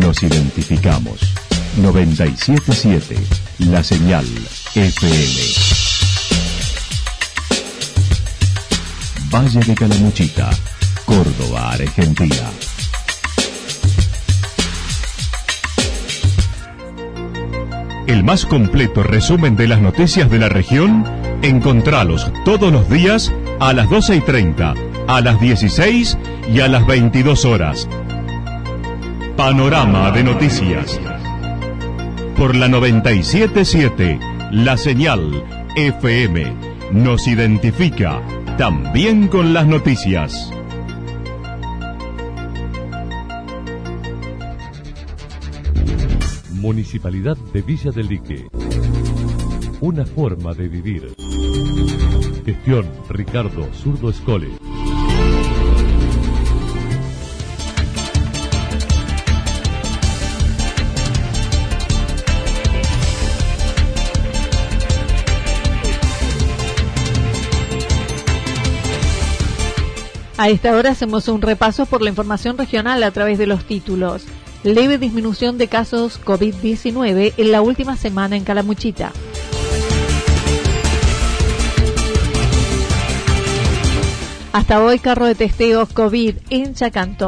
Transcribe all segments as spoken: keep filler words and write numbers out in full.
Nos identificamos. noventa y siete punto siete, La Señal F M. Valle de Calamuchita, Córdoba, Argentina. El más completo resumen de las noticias de la región, encontralos todos los días a las doce y treinta, a las dieciséis y a las veintidós horas. Panorama de Noticias. Por la noventa y siete punto siete, La Señal F M nos identifica también con las noticias. Municipalidad de Villa del Lique. Una forma de vivir. Gestión Ricardo Zurdo Escole. A esta hora hacemos un repaso por la información regional a través de los títulos. Leve disminución de casos COVID diecinueve en la última semana en Calamuchita. Hasta hoy, carro de testeos COVID en Yacanto.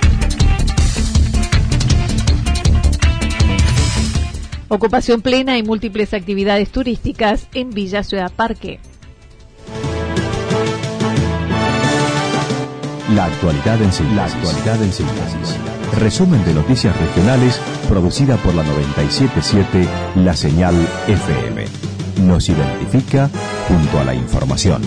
Ocupación plena y múltiples actividades turísticas en Villa Ciudad Parque. La actualidad en síntesis. La actualidad en síntesis. Resumen de noticias regionales producida por la noventa y siete punto siete La Señal F M. Nos identifica junto a la información.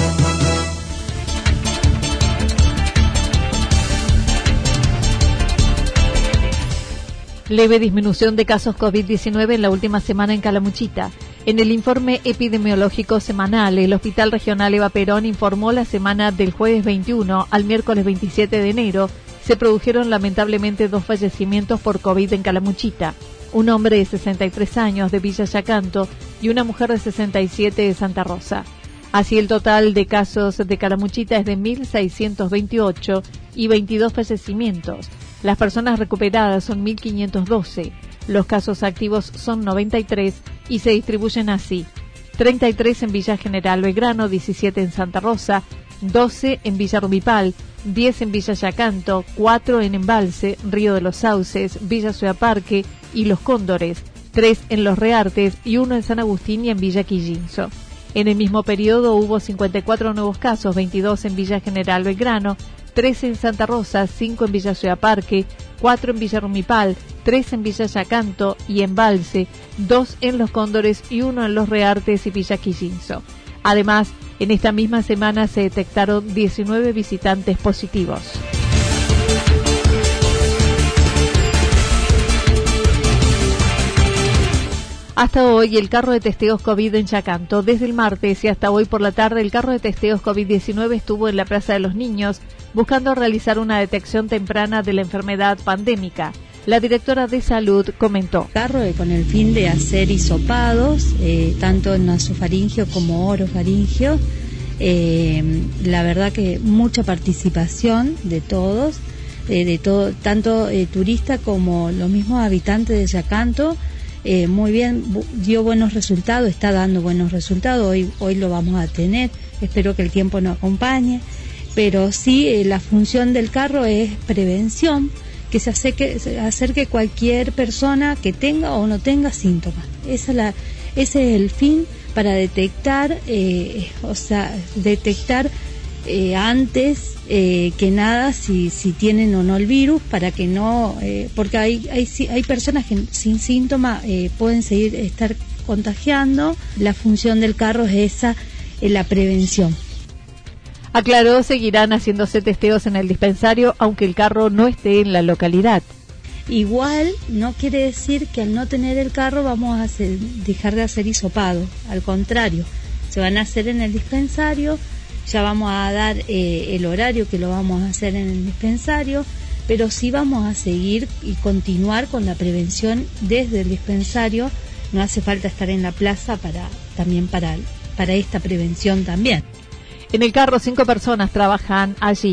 Leve disminución de casos COVID diecinueve en la última semana en Calamuchita. En el informe epidemiológico semanal, el Hospital Regional Eva Perón informó la semana del jueves veintiuno al miércoles veintisiete de enero se produjeron lamentablemente dos fallecimientos por COVID en Calamuchita. Un hombre de sesenta y tres años de Villa Yacanto y una mujer de sesenta y siete de Santa Rosa. Así el total de casos de Calamuchita es de mil seiscientos veintiocho y veintidós fallecimientos. Las personas recuperadas son mil quinientos doce. Los casos activos son noventa y tres y se distribuyen así: treinta y tres en Villa General Belgrano, diecisiete en Santa Rosa, doce en Villa Rumipal, diez en Villa Yacanto, cuatro en Embalse, Río de los Sauces, Villa Ciudad Parque y Los Cóndores, tres en Los Reartes y uno en San Agustín y en Villa Quillinzo. En el mismo periodo hubo cincuenta y cuatro nuevos casos, veintidós en Villa General Belgrano, trece en Santa Rosa, cinco en Villa Ciudad Parque, cuatro en Villa Rumipal, tres en Villa Yacanto y Embalse, dos en Los Cóndores y uno en Los Reartes y Villa Quillinzo. Además, en esta misma semana se detectaron diecinueve visitantes positivos. Hasta hoy, el carro de testeos COVID en Yacanto. Desde el martes y hasta hoy por la tarde, el carro de testeos COVID diecinueve estuvo en la Plaza de los Niños buscando realizar una detección temprana de la enfermedad pandémica. La directora de Salud comentó. Carro con el fin de hacer hisopados, eh, tanto en nasofaringio como orofaringio. Eh, la verdad que mucha participación de todos, eh, de todo, tanto eh, turistas como los mismos habitantes de Yacanto. Eh, muy bien, dio buenos resultados, está dando buenos resultados, hoy, hoy lo vamos a tener, espero que el tiempo nos acompañe, pero sí, eh, la función del carro es prevención, que se acerque, se acerque cualquier persona que tenga o no tenga síntomas. Esa es la, ese es el fin, para detectar, eh, o sea, detectar eh, antes eh, que nada si, si tienen o no el virus, para que no, eh, porque hay, hay, hay personas que sin síntomas eh, pueden seguir estar contagiando. La función del carro es esa, eh, la prevención. Aclaró, seguirán haciéndose testeos en el dispensario aunque el carro no esté en la localidad. Igual no quiere decir que al no tener el carro vamos a hacer, dejar de hacer hisopado, al contrario, se van a hacer en el dispensario, ya vamos a dar eh, el horario que lo vamos a hacer en el dispensario, pero sí vamos a seguir y continuar con la prevención desde el dispensario. No hace falta estar en la plaza para también para, para esta prevención también. En el carro cinco personas trabajan allí.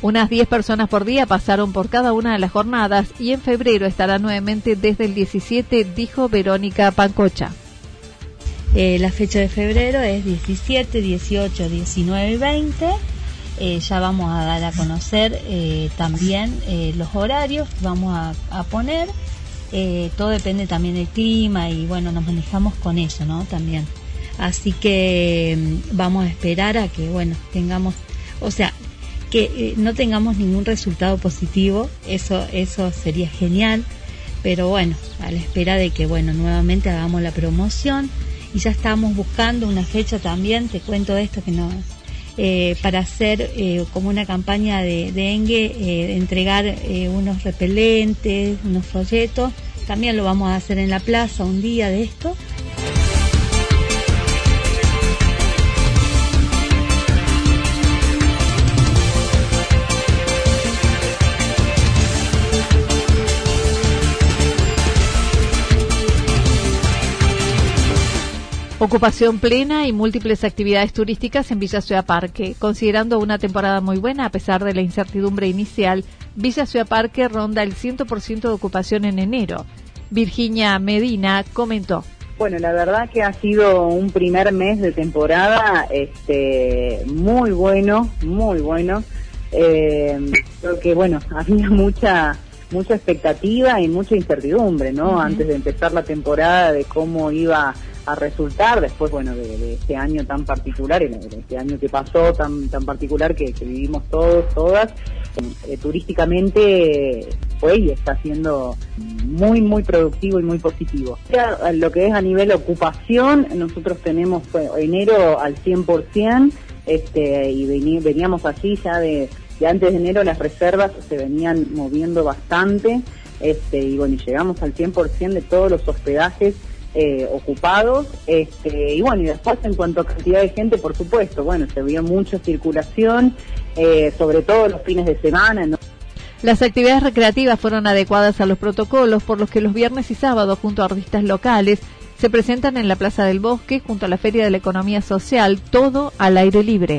Unas diez personas por día pasaron por cada una de las jornadas y en febrero estará nuevamente desde el diecisiete, dijo Verónica Pancocha. Eh, la fecha de febrero es diecisiete, dieciocho, diecinueve y veinte. Eh, ya vamos a dar a conocer eh, también eh, los horarios que vamos a, a poner. Eh, todo depende también del clima y bueno, nos manejamos con eso, ¿no? También. Así que mm, vamos a esperar a que, bueno, tengamos, o sea, que eh, no tengamos ningún resultado positivo. Eso, eso sería genial. Pero bueno, a la espera de que, bueno, nuevamente hagamos la promoción. Y ya estamos buscando una fecha también, te cuento esto que no eh, para hacer eh, como una campaña de dengue, eh, entregar eh, unos repelentes, unos folletos. También lo vamos a hacer en la plaza un día de esto. Ocupación plena y múltiples actividades turísticas en Villa Ciudad Parque. Considerando una temporada muy buena a pesar de la incertidumbre inicial, Villa Ciudad Parque ronda el cien por ciento de ocupación en enero. Virginia Medina comentó. Bueno, la verdad que ha sido un primer mes de temporada este, muy bueno, muy bueno. Eh, creo que, bueno, había mucha mucha expectativa y mucha incertidumbre, ¿no? Uh-huh. Antes de empezar la temporada de cómo iba a resultar, después, bueno, de, de este año tan particular, de este año que pasó tan tan particular que, que vivimos todos, todas, eh, turísticamente fue y está siendo muy, muy productivo y muy positivo. Ya, lo que es a nivel ocupación, nosotros tenemos pues, enero al cien por ciento, este, y vení, veníamos así ya de, de antes de enero, las reservas se venían moviendo bastante, este, y bueno, y llegamos al cien por ciento de todos los hospedajes Eh, ocupados, este, y bueno, y después en cuanto a cantidad de gente, por supuesto, bueno, se vio mucha circulación, eh, sobre todo los fines de semana, ¿no? Las actividades recreativas fueron adecuadas a los protocolos, por los que los viernes y sábados, junto a artistas locales, se presentan en la Plaza del Bosque, junto a la Feria de la Economía Social, todo al aire libre.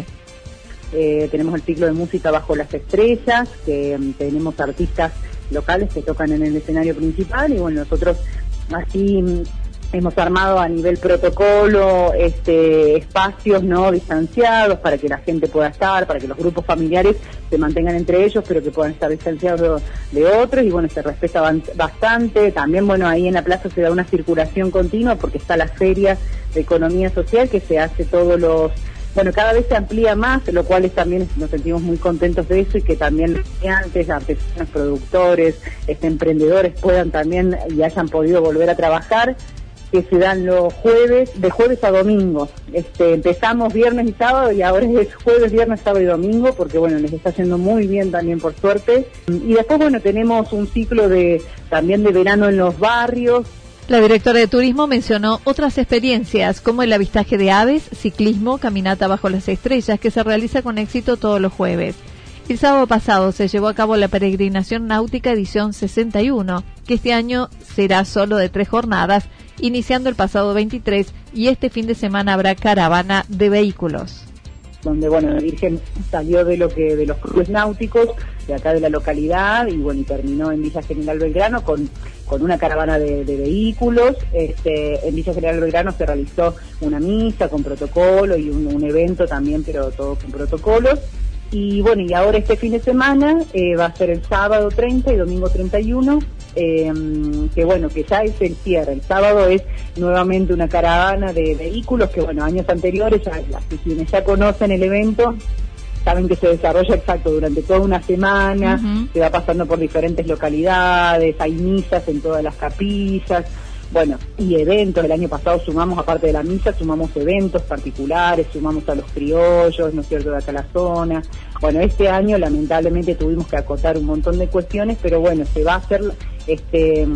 Eh, tenemos el ciclo de música Bajo las Estrellas, que um, tenemos artistas locales que tocan en el escenario principal, y bueno, nosotros así hemos armado a nivel protocolo este, espacios no distanciados para que la gente pueda estar, para que los grupos familiares se mantengan entre ellos, pero que puedan estar distanciados de, de otros, y bueno, se respeta bastante. También, bueno, ahí en la plaza se da una circulación continua porque está la feria de economía social que se hace todos los... Bueno, cada vez se amplía más, lo cual es, también nos sentimos muy contentos de eso, y que también antes artesanos, productores, este, emprendedores puedan también y hayan podido volver a trabajar, que se dan los jueves, de jueves a domingo. Este, empezamos viernes y sábado y ahora es jueves, viernes, sábado y domingo, porque bueno, les está yendo muy bien también, por suerte. Y después, bueno, tenemos un ciclo de también de verano en los barrios. La directora de Turismo mencionó otras experiencias como el avistaje de aves, ciclismo, caminata bajo las estrellas, que se realiza con éxito todos los jueves. El sábado pasado se llevó a cabo la peregrinación náutica edición sesenta y uno, que este año será solo de tres jornadas, iniciando el pasado veintitrés, y este fin de semana habrá caravana de vehículos. Donde, bueno, la Virgen salió de lo que de los clubes náuticos de acá de la localidad y bueno, y terminó en Villa General Belgrano con con una caravana de, de vehículos. Este, en Villa General Belgrano se realizó una misa con protocolo y un, un evento también, pero todo con protocolos. Y bueno, y ahora este fin de semana eh, va a ser el sábado treinta y domingo treinta y uno, eh, que bueno, que ya es el cierre. El sábado es nuevamente una caravana de vehículos que bueno, años anteriores, ya, las que quienes ya conocen el evento, saben que se desarrolla exacto durante toda una semana, uh-huh. Se va pasando por diferentes localidades, hay misas en todas las capillas, bueno, y eventos. El año pasado sumamos, aparte de la misa, sumamos eventos particulares, sumamos a los criollos, ¿no es cierto?, de acá la zona. Bueno, este año lamentablemente tuvimos que acotar un montón de cuestiones, pero bueno, se va a hacer este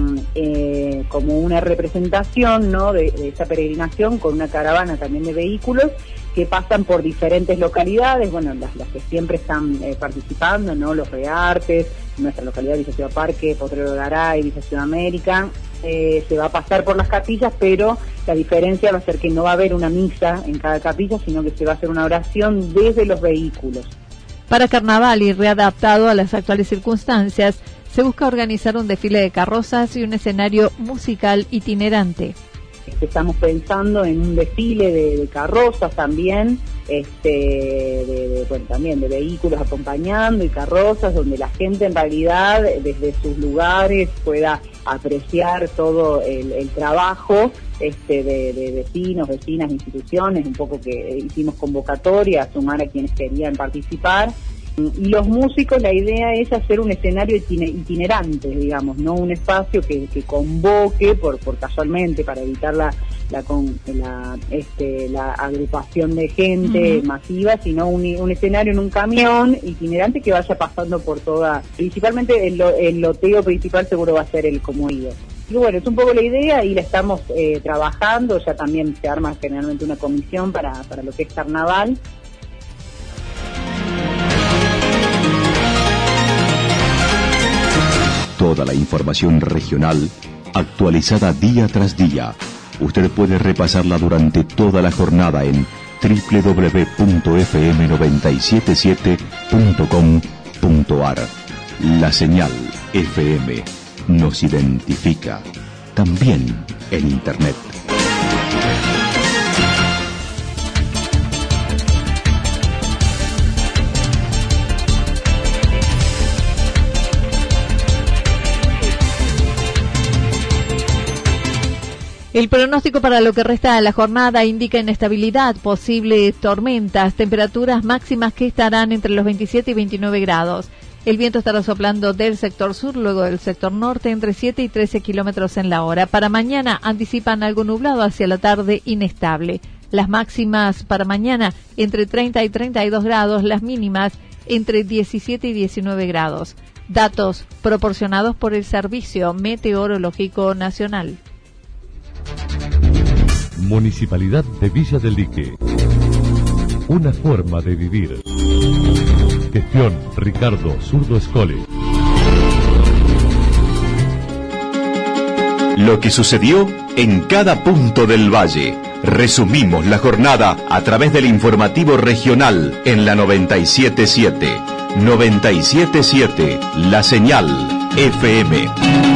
eh, como una representación, ¿no?, de, de esa peregrinación con una caravana también de vehículos que pasan por diferentes localidades, bueno, las, las que siempre están eh, participando, ¿no?, Los Reartes, nuestra localidad Villa Ciudad Parque, Potrero Garay, Villa Ciudad América. Eh, se va a pasar por las capillas, pero la diferencia va a ser que no va a haber una misa en cada capilla, sino que se va a hacer una oración desde los vehículos. Para Carnaval y readaptado a las actuales circunstancias, se busca organizar un desfile de carrozas y un escenario musical itinerante. Estamos pensando en un desfile de, de carrozas también, este, de, de, bueno, también de vehículos acompañando y carrozas, donde la gente en realidad desde sus lugares pueda apreciar todo el, el trabajo este, de, de vecinos, vecinas, instituciones, un poco que hicimos convocatoria a sumar a quienes querían participar. Y los músicos, la idea es hacer un escenario itinerante, digamos, no un espacio que, que convoque por, por casualmente para evitar la la, con, la, este, la agrupación de gente uh-huh. masiva, sino un, un escenario en un camión itinerante que vaya pasando por toda, principalmente el, el loteo principal seguro va a ser el Comoído. Y bueno, es un poco la idea y la estamos eh, trabajando, ya también se arma generalmente una comisión para, para lo que es carnaval. Toda la información regional actualizada día tras día. Usted puede repasarla durante toda la jornada en doble u doble u doble u punto efe eme noventa y siete siete punto com punto a r. La señal F M nos identifica también en Internet. El pronóstico para lo que resta de la jornada indica inestabilidad, posibles tormentas, temperaturas máximas que estarán entre los veintisiete y veintinueve grados. El viento estará soplando del sector sur, luego del sector norte, entre siete y trece kilómetros en la hora. Para mañana anticipan algo nublado, hacia la tarde inestable. Las máximas para mañana entre treinta y treinta y dos grados, las mínimas entre diecisiete y diecinueve grados. Datos proporcionados por el Servicio Meteorológico Nacional. Municipalidad de Villa del Lique. Una forma de vivir. Gestión Ricardo Zurdo Escole. Lo que sucedió en cada punto del valle. Resumimos la jornada a través del informativo regional en la noventa y siete punto siete. noventa y siete punto siete, La Señal F M.